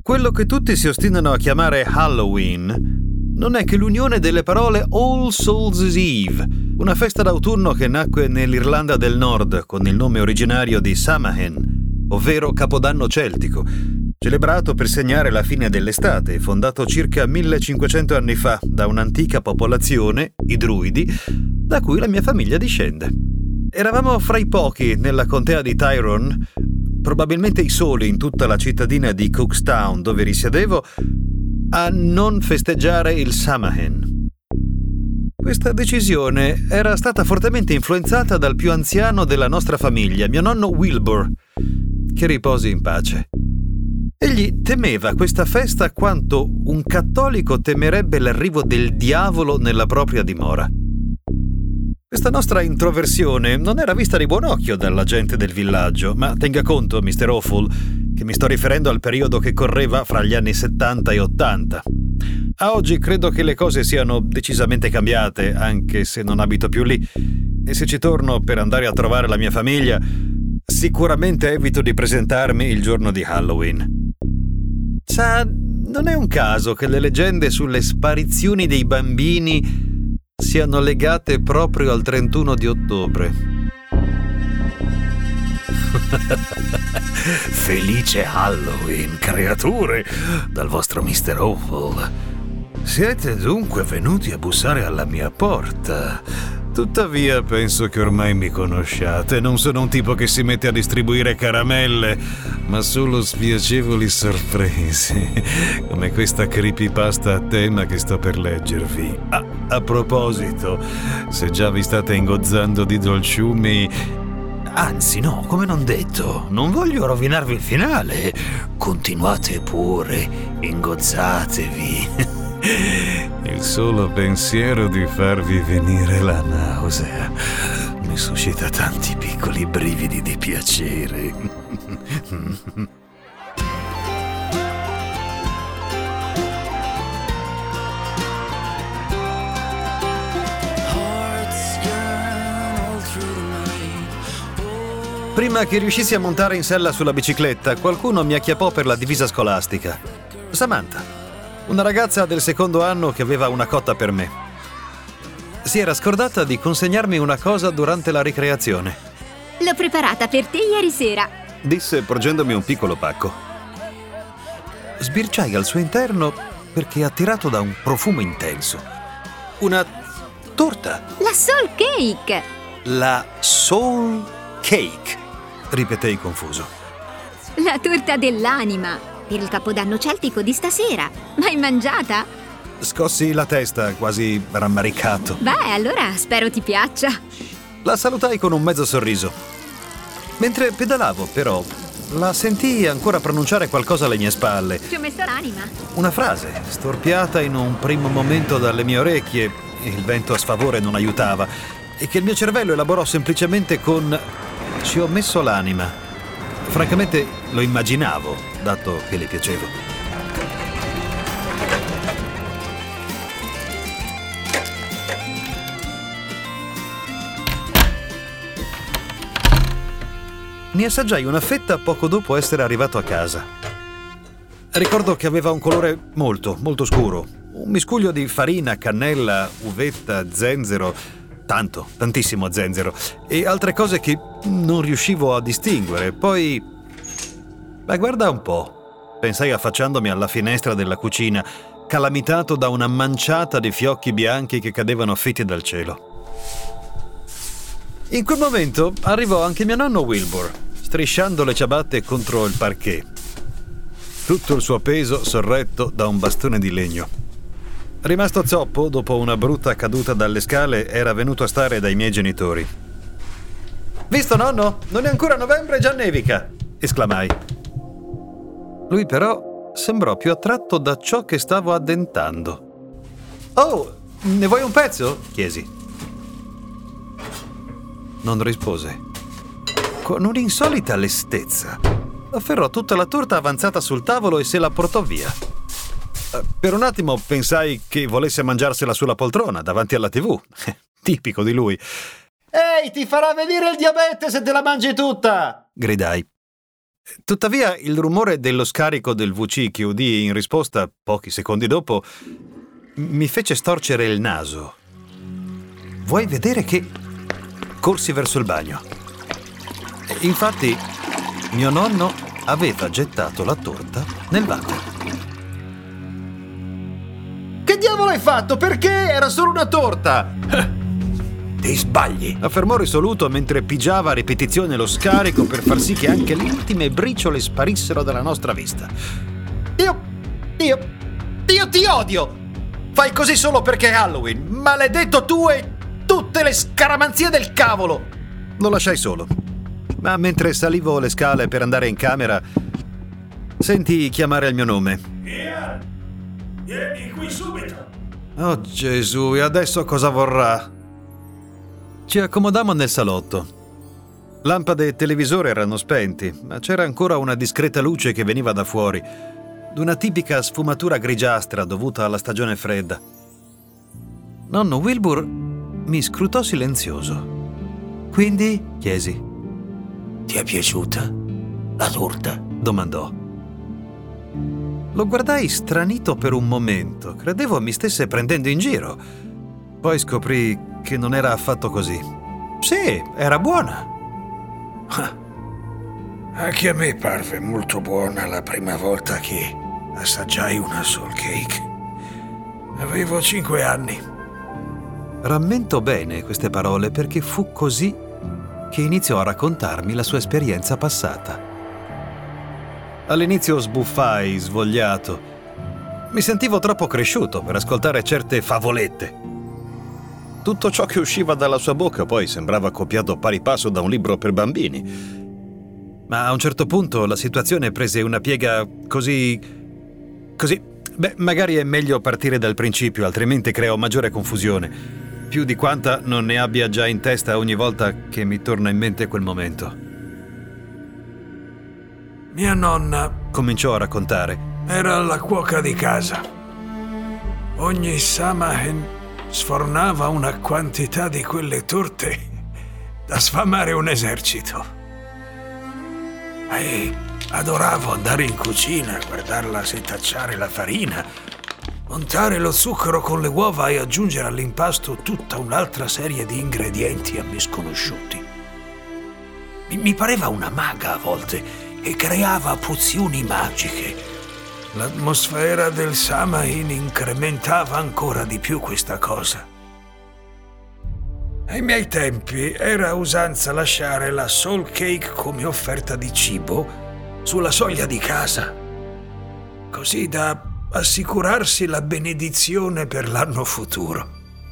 Quello che tutti si ostinano a chiamare Halloween non è che l'unione delle parole All Souls' Eve, una festa d'autunno che nacque nell'Irlanda del Nord con il nome originario di Samhain, ovvero Capodanno celtico, celebrato per segnare la fine dell'estate, fondato circa 1500 anni fa da un'antica popolazione, i Druidi, da cui la mia famiglia discende. Eravamo fra i pochi nella contea di Tyrone, probabilmente i soli in tutta la cittadina di Cookstown dove risiedevo, a non festeggiare il Samhain. Questa decisione era stata fortemente influenzata dal più anziano della nostra famiglia, mio nonno Wilbur, che riposi in pace. Egli temeva questa festa quanto un cattolico temerebbe l'arrivo del diavolo nella propria dimora. Questa nostra introversione non era vista di buon occhio dalla gente del villaggio, ma tenga conto, Mr. Awful, che mi sto riferendo al periodo che correva fra gli anni 70 e 80. A oggi credo che le cose siano decisamente cambiate, anche se non abito più lì, e se ci torno per andare a trovare la mia famiglia, sicuramente evito di presentarmi il giorno di Halloween. Sa, non è un caso che le leggende sulle sparizioni dei bambini siano legate proprio al 31 di ottobre. Felice Halloween, creature, dal vostro Mr. Awful. Siete dunque venuti a bussare alla mia porta. Tuttavia penso che ormai mi conosciate. Non sono un tipo che si mette a distribuire caramelle, ma solo spiacevoli sorprese, come questa creepypasta a tema che sto per leggervi. A proposito, se già vi state ingozzando di dolciumi... Anzi no, come non detto, non voglio rovinarvi il finale. Continuate pure, ingozzatevi. Il solo pensiero di farvi venire la nausea mi suscita tanti piccoli brividi di piacere. Prima che riuscissi a montare in sella sulla bicicletta, qualcuno mi acchiappò per la divisa scolastica. Samantha, una ragazza del secondo anno che aveva una cotta per me. Si era scordata di consegnarmi una cosa durante la ricreazione. L'ho preparata per te ieri sera, Disse porgendomi un piccolo pacco. Sbirciai al suo interno perché attirato da un profumo intenso. Una torta. la Soul Cake! La Soul Cake, ripetei confuso. La torta dell'anima, per il Capodanno celtico di stasera. L'hai mangiata? Scossi la testa, quasi rammaricato. Beh, allora spero ti piaccia. La salutai con un mezzo sorriso. Mentre pedalavo, però, la sentii ancora pronunciare qualcosa alle mie spalle. Ci ho messo l'anima. Una frase, storpiata in un primo momento dalle mie orecchie, il vento a sfavore non aiutava, e che il mio cervello elaborò semplicemente con «ci ho messo l'anima». Francamente lo immaginavo, dato che le piacevo. Ne assaggiai una fetta poco dopo essere arrivato a casa. Ricordo che aveva un colore molto, molto scuro. Un miscuglio di farina, cannella, uvetta, zenzero, tantissimo zenzero, e altre cose che non riuscivo a distinguere. Poi... ma guarda un po', pensai affacciandomi alla finestra della cucina, calamitato da una manciata di fiocchi bianchi che cadevano fitti dal cielo. In quel momento arrivò anche mio nonno Wilbur, strisciando le ciabatte contro il parquet. Tutto il suo peso sorretto da un bastone di legno. Rimasto zoppo dopo una brutta caduta dalle scale, era venuto a stare dai miei genitori. «Visto, nonno? Non è ancora novembre e già nevica!» esclamai. Lui però sembrò più attratto da ciò che stavo addentando. «Oh, ne vuoi un pezzo?» chiesi. Non rispose. Con un'insolita lestezza afferrò tutta la torta avanzata sul tavolo e se la portò via. Per un attimo pensai che volesse mangiarsela sulla poltrona davanti alla TV. Tipico di lui. «Ehi, ti farà venire il diabete se te la mangi tutta!» gridai. Tuttavia, il rumore dello scarico del WC che udii in risposta pochi secondi dopo mi fece storcere il naso. Vuoi vedere che... Corsi verso il bagno. Infatti, mio nonno aveva gettato la torta nel water. Che diavolo hai fatto? Perché? Era solo una torta! Ti sbagli! Affermò risoluto mentre pigiava a ripetizione lo scarico per far sì che anche le ultime briciole sparissero dalla nostra vista. Io ti odio! Fai così solo perché è Halloween! Maledetto tu e tutte le scaramanzie del cavolo! Lo lasciai solo. Ma mentre salivo le scale per andare in camera, sentii chiamare il mio nome. Ian! Vieni qui subito! Oh Gesù, e adesso cosa vorrà? Ci accomodammo nel salotto. Lampade e televisore erano spenti, ma c'era ancora una discreta luce che veniva da fuori, d'una tipica sfumatura grigiastra dovuta alla stagione fredda. Nonno Wilbur mi scrutò silenzioso. Quindi? Chiesi. Ti è piaciuta la torta? Domandò. Lo guardai stranito per un momento. Credevo mi stesse prendendo in giro. Poi scoprì che non era affatto così. Sì, era buona. Anche a me parve molto buona la prima volta che assaggiai una soul cake. Avevo 5 anni. Rammento bene queste parole perché fu così che iniziò a raccontarmi la sua esperienza passata. All'inizio sbuffai, svogliato. Mi sentivo troppo cresciuto per ascoltare certe favolette. Tutto ciò che usciva dalla sua bocca poi sembrava copiato pari passo da un libro per bambini. Ma a un certo punto la situazione prese una piega così... Beh, magari è meglio partire dal principio, altrimenti creo maggiore confusione. Più di quanta non ne abbia già in testa ogni volta che mi torna in mente quel momento. Mia nonna Cominciò a raccontare. era la cuoca di casa. Ogni Samhain sfornava una quantità di quelle torte da sfamare un esercito. E adoravo andare in cucina, guardarla setacciare la farina, montare lo zucchero con le uova e aggiungere all'impasto tutta un'altra serie di ingredienti a me sconosciuti. Mi pareva una maga a volte e creava pozioni magiche. L'atmosfera del Samhain incrementava ancora di più questa cosa. Ai miei tempi era usanza lasciare la soul cake come offerta di cibo sulla soglia di casa, così da assicurarsi la benedizione per l'anno futuro.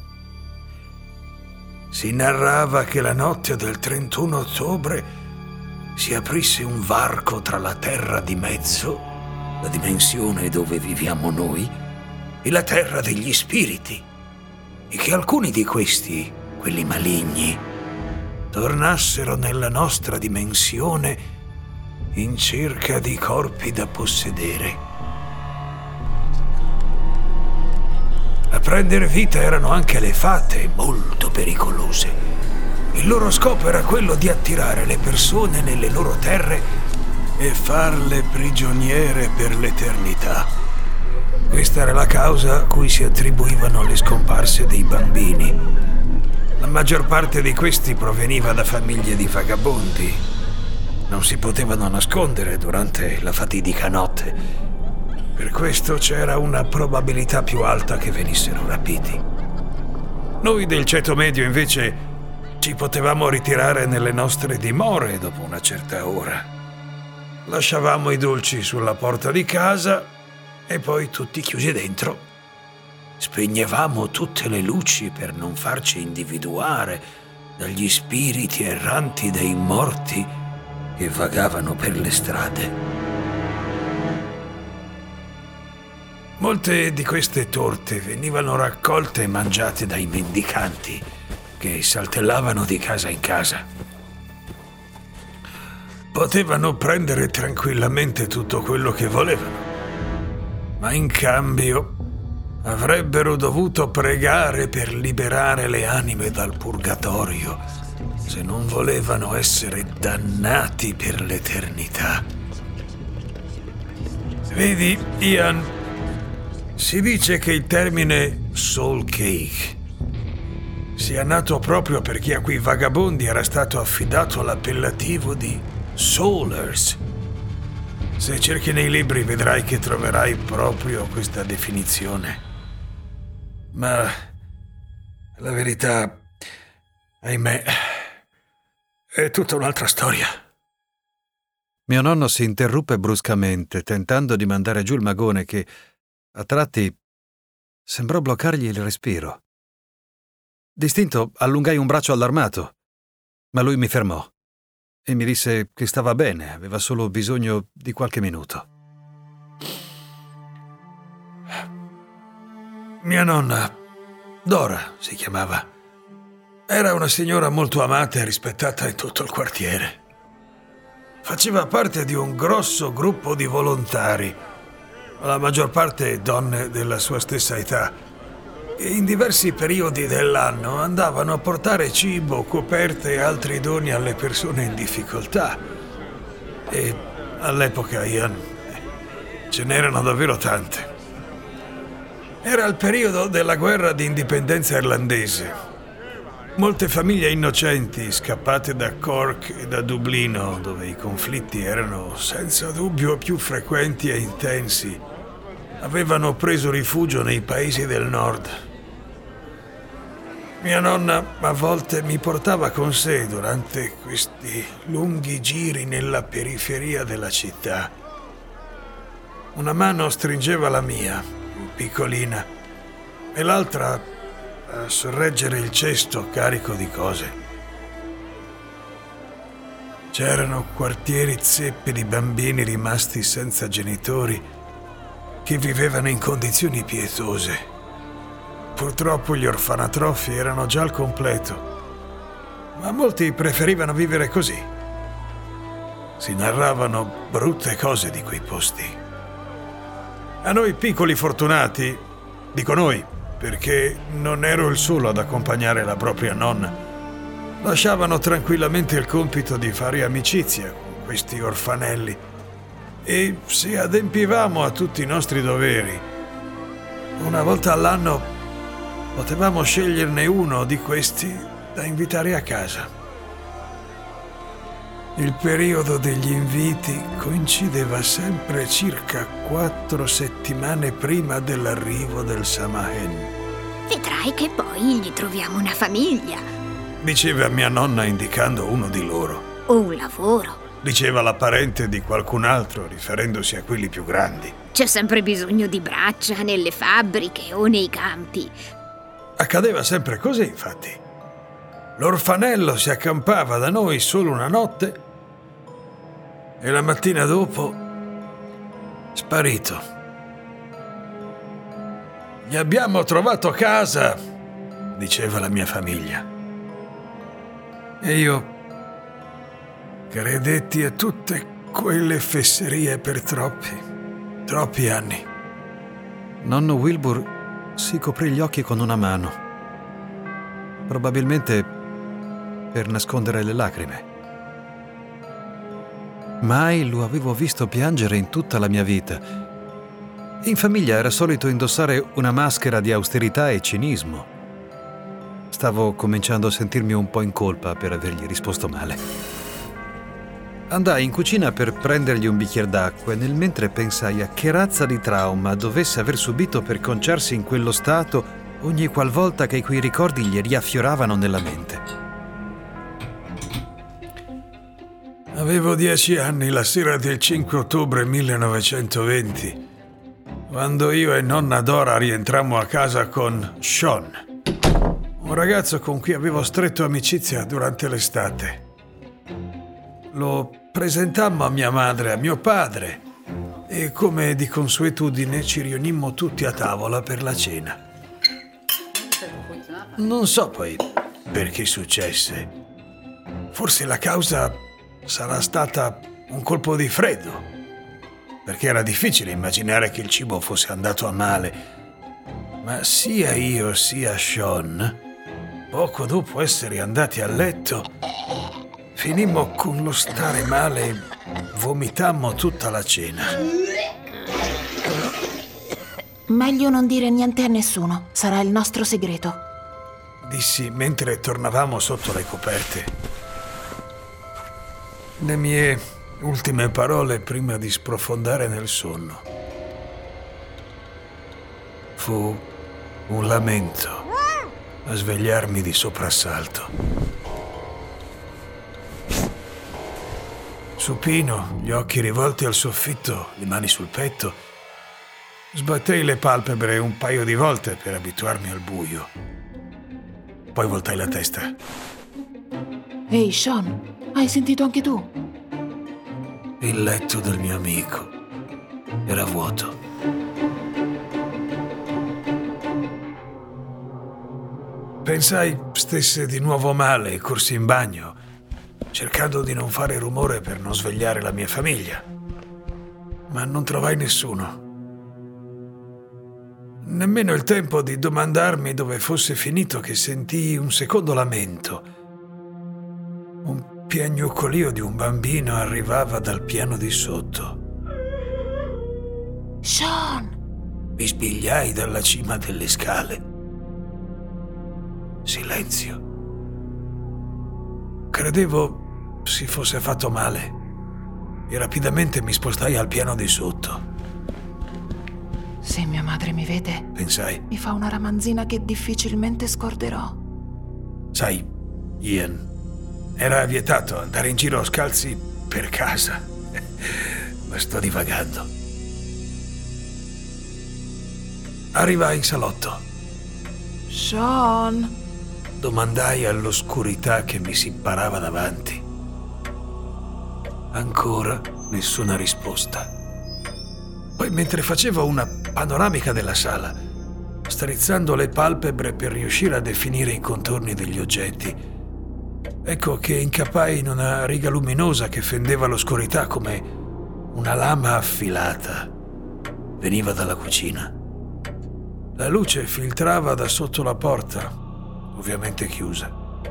Si narrava che la notte del 31 ottobre si aprisse un varco tra la terra di mezzo, la dimensione dove viviamo noi, e la terra degli spiriti, e che alcuni di questi, quelli maligni, tornassero nella nostra dimensione in cerca di corpi da possedere. A prendere vita erano anche le fate, molto pericolose. Il loro scopo era quello di attirare le persone nelle loro terre e farle prigioniere per l'eternità. Questa era la causa a cui si attribuivano le scomparse dei bambini. La maggior parte di questi proveniva da famiglie di vagabondi. Non si potevano nascondere durante la fatidica notte. Per questo c'era una probabilità più alta che venissero rapiti. Noi del ceto medio, invece, ci potevamo ritirare nelle nostre dimore dopo una certa ora. Lasciavamo i dolci sulla porta di casa e poi tutti chiusi dentro. Spegnevamo tutte le luci per non farci individuare dagli spiriti erranti dei morti che vagavano per le strade. Molte di queste torte venivano raccolte e mangiate dai mendicanti che saltellavano di casa in casa. Potevano prendere tranquillamente tutto quello che volevano, ma in cambio avrebbero dovuto pregare per liberare le anime dal purgatorio se non volevano essere dannati per l'eternità. Vedi, Ian, si dice che il termine soul cake sia nato proprio perché a quei vagabondi era stato affidato l'appellativo di soulers. Se cerchi nei libri vedrai che troverai proprio questa definizione. Ma la verità, ahimè, è tutta un'altra storia. Mio nonno si interruppe bruscamente, tentando di mandare giù il magone che, a tratti, sembrò bloccargli il respiro. Distinto, allungai un braccio allarmato, ma lui mi fermò e mi disse che stava bene, aveva solo bisogno di qualche minuto. Mia nonna, Dora si chiamava, era una signora molto amata e rispettata in tutto il quartiere. Faceva parte di un grosso gruppo di volontari, la maggior parte donne della sua stessa età, e in diversi periodi dell'anno andavano a portare cibo, coperte e altri doni alle persone in difficoltà. E all'epoca, Ian, ce n'erano davvero tante. Era il periodo della guerra di indipendenza irlandese. Molte famiglie innocenti, scappate da Cork e da Dublino, dove i conflitti erano senza dubbio più frequenti e intensi, avevano preso rifugio nei paesi del nord. Mia nonna a volte mi portava con sé durante questi lunghi giri nella periferia della città. Una mano stringeva la mia, piccolina, e l'altra a sorreggere il cesto carico di cose. C'erano quartieri zeppi di bambini rimasti senza genitori che vivevano in condizioni pietose. Purtroppo gli orfanatrofi erano già al completo, ma molti preferivano vivere così. Si narravano brutte cose di quei posti. A noi piccoli fortunati, dico noi, perché non ero il solo ad accompagnare la propria nonna, lasciavano tranquillamente il compito di fare amicizia con questi orfanelli e se adempivamo a tutti i nostri doveri, una volta all'anno potevamo sceglierne uno di questi da invitare a casa. Il periodo degli inviti coincideva sempre circa 4 settimane prima dell'arrivo del Samahen. Vedrai che poi gli troviamo una famiglia. Diceva mia nonna indicando uno di loro. O un lavoro. Diceva la parente di qualcun altro riferendosi a quelli più grandi. C'è sempre bisogno di braccia nelle fabbriche o nei campi. Accadeva sempre così, infatti. L'orfanello si accampava da noi solo una notte e la mattina dopo sparito. Gli abbiamo trovato casa, diceva la mia famiglia. E io credetti a tutte quelle fesserie per troppi anni. Nonno Wilbur si coprì gli occhi con una mano, probabilmente per nascondere le lacrime. Mai lo avevo visto piangere in tutta la mia vita. In famiglia era solito indossare una maschera di austerità e cinismo. Stavo cominciando a sentirmi un po' in colpa per avergli risposto male. Andai in cucina per prendergli un bicchiere d'acqua e nel mentre pensai a che razza di trauma dovesse aver subito per conciarsi in quello stato ogni qualvolta che quei ricordi gli riaffioravano nella mente. Avevo 10 anni la sera del 5 ottobre 1920, quando io e nonna Dora rientrammo a casa con Sean, un ragazzo con cui avevo stretto amicizia durante l'estate. Lo presentammo a mia madre e a mio padre e, come di consuetudine, ci riunimmo tutti a tavola per la cena. Non so poi perché successe. Forse la causa sarà stata un colpo di freddo, perché era difficile immaginare che il cibo fosse andato a male. Ma sia io sia Sean, poco dopo essere andati a letto, finimmo con lo stare male e vomitammo tutta la cena. Meglio non dire niente a nessuno. Sarà il nostro segreto. Dissi mentre tornavamo sotto le coperte. Le mie ultime parole prima di sprofondare nel sonno. Fu un lamento a svegliarmi di soprassalto. Supino, gli occhi rivolti al soffitto, le mani sul petto, sbattei le palpebre un paio di volte per abituarmi al buio. Poi voltai la testa. Ehi, Sean, hai sentito anche tu? Il letto del mio amico era vuoto. Pensai stesse di nuovo male e corsi in bagno, cercando di non fare rumore per non svegliare la mia famiglia. Ma non trovai nessuno. Nemmeno il tempo di domandarmi dove fosse finito che sentii un secondo lamento. Un piagnucolio di un bambino arrivava dal piano di sotto. Sean! Mi spigliai dalla cima delle scale. Silenzio. Credevo si fosse fatto male e rapidamente mi spostai al piano di sotto. Se mia madre mi vede, Pensai, mi fa una ramanzina che difficilmente scorderò. sai, Ian, era vietato andare in giro scalzi per casa. Ma sto divagando. Arrivai in salotto. Sean! Domandai all'oscurità che mi si parava davanti. Ancora nessuna risposta. Poi, mentre facevo una panoramica della sala, strizzando le palpebre per riuscire a definire i contorni degli oggetti, ecco che incappai in una riga luminosa che fendeva l'oscurità come una lama affilata. Veniva dalla cucina. La luce filtrava da sotto la porta, ovviamente chiusa.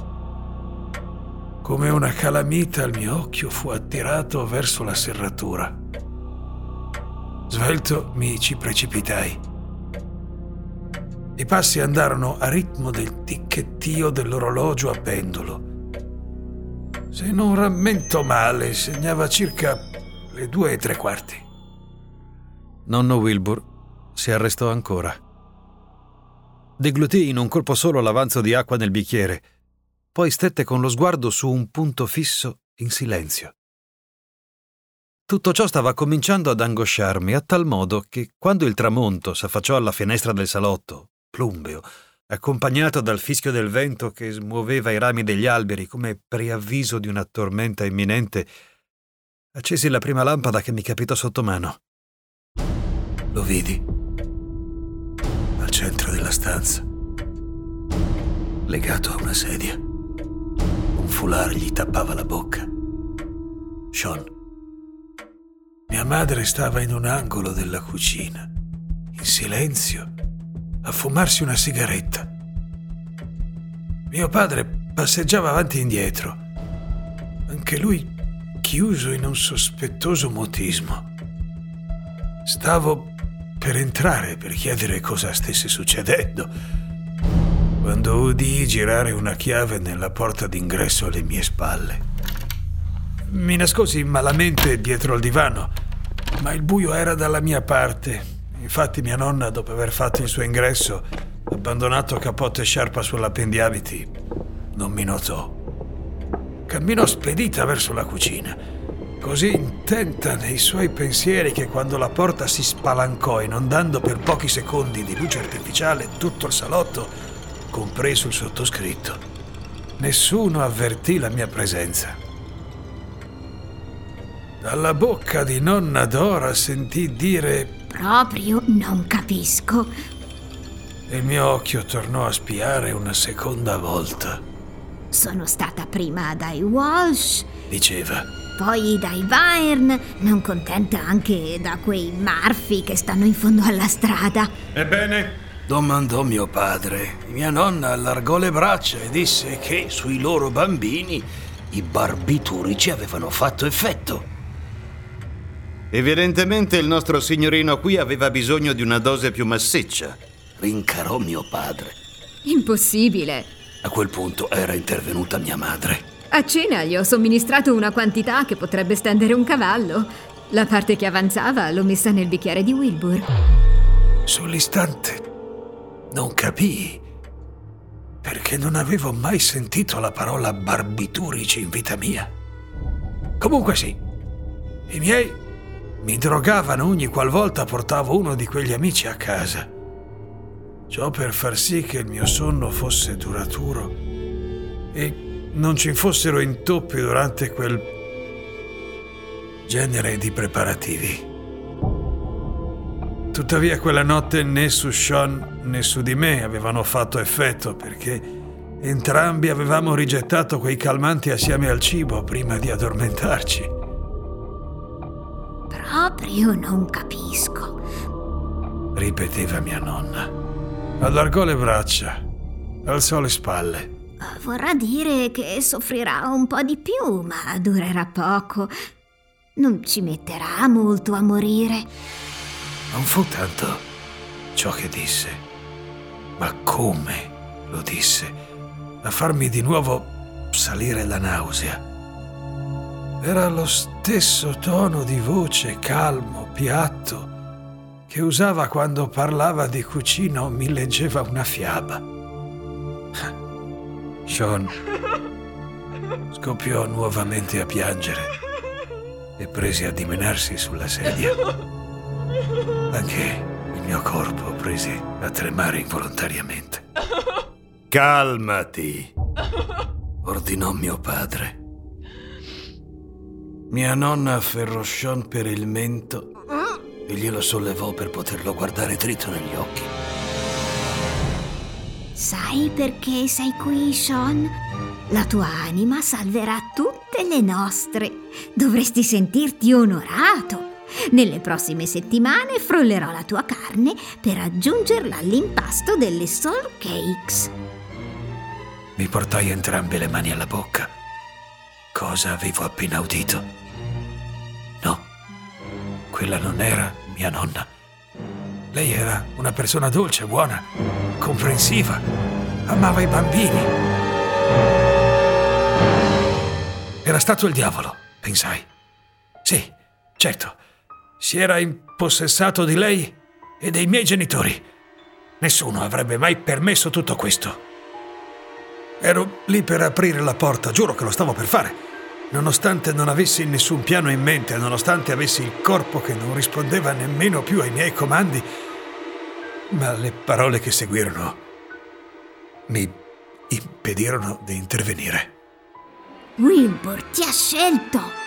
Come una calamita il mio occhio fu attirato verso la serratura. Svelto mi ci precipitai. I passi andarono a ritmo del ticchettio dell'orologio a pendolo. Se non rammento male, segnava circa le 2:15. Nonno Wilbur si arrestò ancora. Deglutì in un colpo solo l'avanzo di acqua nel bicchiere, poi stette con lo sguardo su un punto fisso in silenzio. Tutto ciò stava cominciando ad angosciarmi a tal modo che quando il tramonto s'affacciò alla finestra del salotto, plumbeo, accompagnato dal fischio del vento che smuoveva i rami degli alberi come preavviso di una tormenta imminente, accesi la prima lampada che mi capitò sotto mano. Lo vidi al centro della stanza, legato a una sedia. Un foulard gli tappava la bocca. Sean. Mia madre stava in un angolo della cucina, in silenzio, a fumarsi una sigaretta. Mio padre passeggiava avanti e indietro, anche lui chiuso in un sospettoso mutismo. Stavo per entrare per chiedere cosa stesse succedendo, quando udii girare una chiave nella porta d'ingresso alle mie spalle. Mi nascosi malamente dietro al divano, ma il buio era dalla mia parte. Infatti mia nonna, dopo aver fatto il suo ingresso, abbandonato cappotto e sciarpa sull'appendiabiti, non mi notò. Camminò spedita verso la cucina, così intenta nei suoi pensieri che quando la porta si spalancò, inondando per pochi secondi di luce artificiale tutto il salotto, compreso il sottoscritto, nessuno avvertì la mia presenza. Dalla bocca di nonna Dora sentì dire: Proprio non capisco. e il mio occhio tornò a spiare una seconda volta. Sono stata prima dai Walsh, Diceva: poi dai Byrne, non contenta anche da quei Murphy che stanno in fondo alla strada. Ebbene? domandò mio padre. Mia nonna allargò le braccia e disse che sui loro bambini i barbiturici avevano fatto effetto. Evidentemente il nostro signorino qui aveva bisogno di una dose più massiccia. Rincarò mio padre. Impossibile. A quel punto era intervenuta mia madre. A cena gli ho somministrato una quantità che potrebbe stendere un cavallo. La parte che avanzava l'ho messa nel bicchiere di Wilbur. Sull'istante non capii, perché non avevo mai sentito la parola barbiturici in vita mia. Comunque sì, i miei mi drogavano ogni qualvolta portavo uno di quegli amici a casa. Ciò per far sì che il mio sonno fosse duraturo e non ci fossero intoppi durante quel genere di preparativi. Tuttavia quella notte né su Sean né su di me avevano fatto effetto, perché entrambi avevamo rigettato quei calmanti assieme al cibo prima di addormentarci. Proprio non capisco, Ripeteva mia nonna. Allargò le braccia, alzò le spalle. Vorrà dire che soffrirà un po' di più, ma durerà poco. Non ci metterà molto a morire. Non fu tanto ciò che disse, ma come lo disse, a farmi di nuovo salire la nausea. Era lo stesso tono di voce calmo, piatto, che usava quando parlava di cucina o mi leggeva una fiaba. Sean scoppiò nuovamente a piangere e prese a dimenarsi sulla sedia. Anche il mio corpo prese a tremare involontariamente. Calmati, Ordinò mio padre. Mia nonna afferrò Sean per il mento e glielo sollevò per poterlo guardare dritto negli occhi. Sai perché sei qui, Sean? La tua anima salverà tutte le nostre. Dovresti sentirti onorato. Nelle prossime settimane frullerò la tua carne per aggiungerla all'impasto delle Soul Cakes. Mi portai entrambe le mani alla bocca. Cosa avevo appena udito? No, quella non era mia nonna. Lei era una persona dolce, buona, comprensiva, amava i bambini. Era stato il diavolo, pensai. Sì, certo. Si era impossessato di lei e dei miei genitori. Nessuno avrebbe mai permesso tutto questo. Ero lì per aprire la porta, giuro che lo stavo per fare, nonostante non avessi nessun piano in mente, nonostante avessi il corpo che non rispondeva nemmeno più ai miei comandi. Ma le parole che seguirono mi impedirono di intervenire. Wilbur ti ha scelto!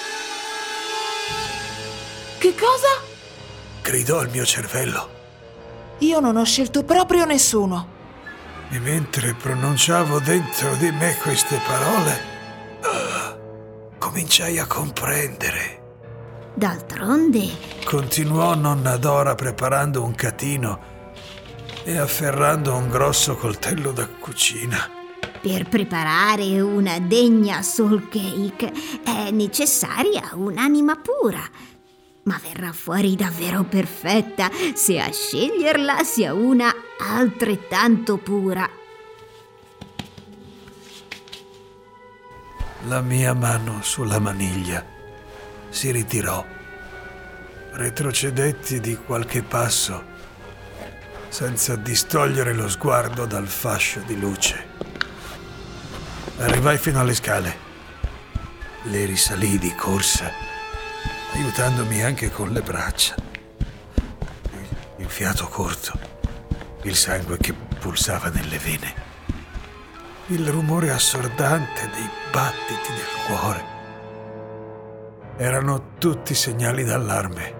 Che cosa? Gridò il mio cervello. Io non ho scelto proprio nessuno. E mentre pronunciavo dentro di me queste parole, cominciai a comprendere. D'altronde, Continuò nonna Dora preparando un catino e afferrando un grosso coltello da cucina. per preparare una degna Soul Cake è necessaria un'anima pura. Ma verrà fuori davvero perfetta se a sceglierla sia una altrettanto pura. La mia mano sulla maniglia si ritirò. Retrocedetti di qualche passo, senza distogliere lo sguardo dal fascio di luce. Arrivai fino alle scale. Le risalì di corsa, aiutandomi anche con le braccia. Il fiato corto, il sangue che pulsava nelle vene, il rumore assordante dei battiti del cuore. Erano tutti segnali d'allarme.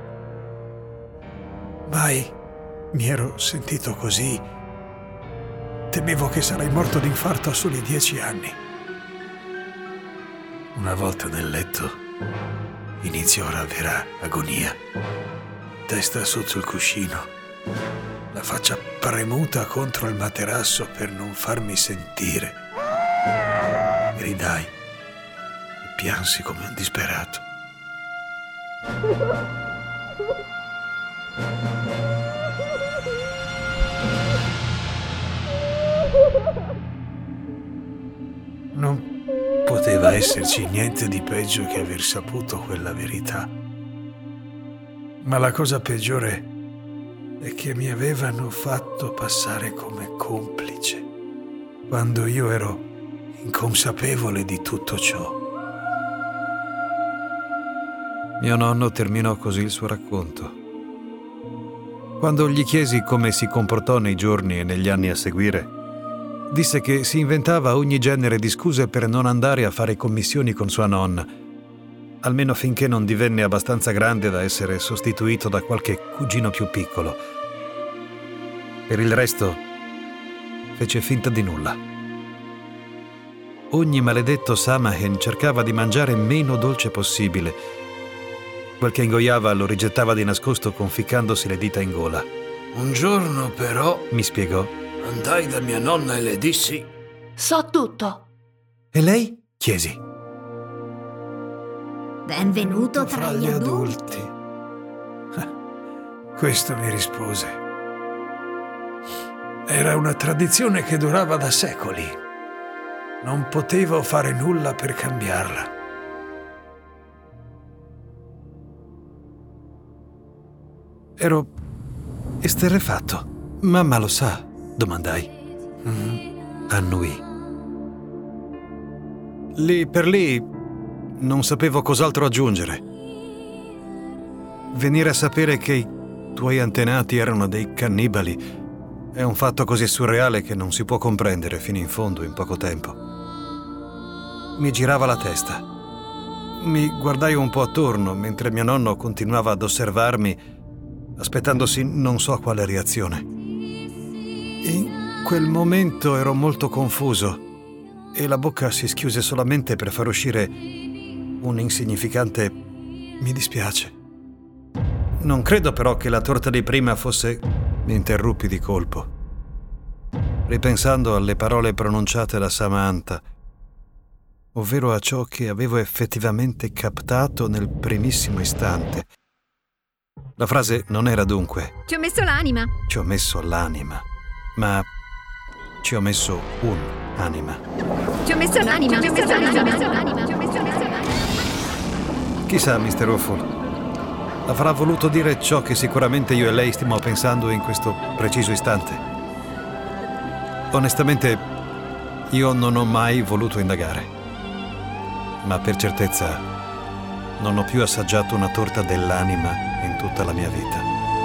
Mai mi ero sentito così. Temevo che sarei morto d'infarto a soli 10 anni. Una volta nel letto, iniziò la vera agonia. Testa sotto il cuscino, la faccia premuta contro il materasso per non farmi sentire. Gridai e piansi come un disperato. Non poteva esserci niente di peggio che aver saputo quella verità. Ma la cosa peggiore è che mi avevano fatto passare come complice, quando io ero inconsapevole di tutto ciò. Mio nonno terminò così il suo racconto. Quando gli chiesi come si comportò nei giorni e negli anni a seguire, disse che si inventava ogni genere di scuse per non andare a fare commissioni con sua nonna, almeno finché non divenne abbastanza grande da essere sostituito da qualche cugino più piccolo. Per il resto, fece finta di nulla. Ogni maledetto Samahen cercava di mangiare meno dolce possibile. Quel che ingoiava lo rigettava di nascosto conficcandosi le dita in gola. Un giorno però, Mi spiegò. andai da mia nonna e le dissi: So tutto. E lei? Chiesi. Benvenuto tra gli adulti. Questo mi rispose. Era una tradizione che durava da secoli. Non potevo fare nulla per cambiarla. Ero esterrefatto. Mamma lo sa? Domandai. Annuì. Lì per lì non sapevo cos'altro aggiungere. Venire a sapere che i tuoi antenati erano dei cannibali è un fatto così surreale che non si può comprendere fino in fondo in poco tempo. Mi girava la testa. Mi guardai un po' attorno mentre mio nonno continuava ad osservarmi, aspettandosi non so quale reazione. In quel momento ero molto confuso e la bocca si schiuse solamente per far uscire un insignificante "mi dispiace". Non credo però che la torta di prima fosse... Mi interruppi di colpo, ripensando alle parole pronunciate da Samantha, ovvero a ciò che avevo effettivamente captato nel primissimo istante. La frase non era dunque Ci ho messo l'anima. "ci ho messo l'anima", ma "ci ho messo un'anima". Ci ho messo l'anima. Chissà, Mr. Ruffle, avrà voluto dire ciò che sicuramente io e lei stiamo pensando in questo preciso istante. Onestamente, io non ho mai voluto indagare, ma per certezza non ho più assaggiato una torta dell'anima in tutta la mia vita.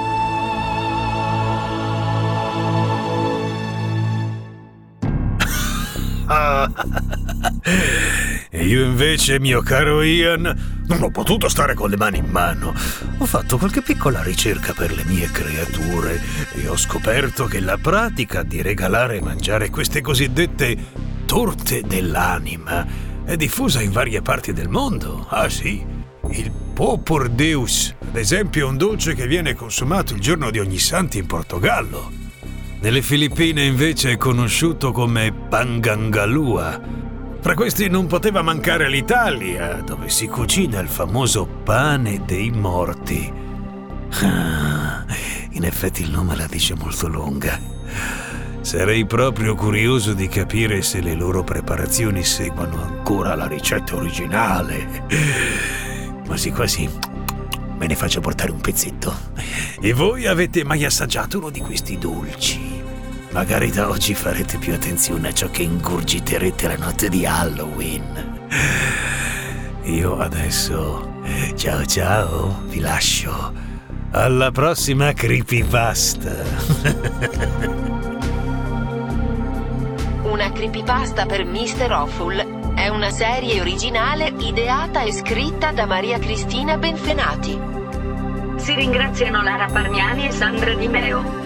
E io invece, mio caro Ian, non ho potuto stare con le mani in mano. Ho fatto qualche piccola ricerca per le mie creature e ho scoperto che la pratica di regalare e mangiare queste cosiddette torte dell'anima è diffusa in varie parti del mondo. Ah sì, il Popor Deus, ad esempio, è un dolce che viene consumato il giorno di Ognissanti in Portogallo. Nelle Filippine invece è conosciuto come Pangangalua. Fra questi non poteva mancare l'Italia, dove si cucina il famoso pane dei morti. In effetti il nome la dice molto lunga. Sarei proprio curioso di capire se le loro preparazioni seguono ancora la ricetta originale. Quasi quasi me ne faccio portare un pezzetto. E voi avete mai assaggiato uno di questi dolci? Magari da oggi farete più attenzione a ciò che ingurgiterete la notte di Halloween. Io adesso, ciao ciao, vi lascio. Alla prossima creepypasta. Una creepypasta per Mr. Awful è una serie originale ideata e scritta da Maria Cristina Benfenati. Si ringraziano Lara Parmiani e Sandra Di Meo.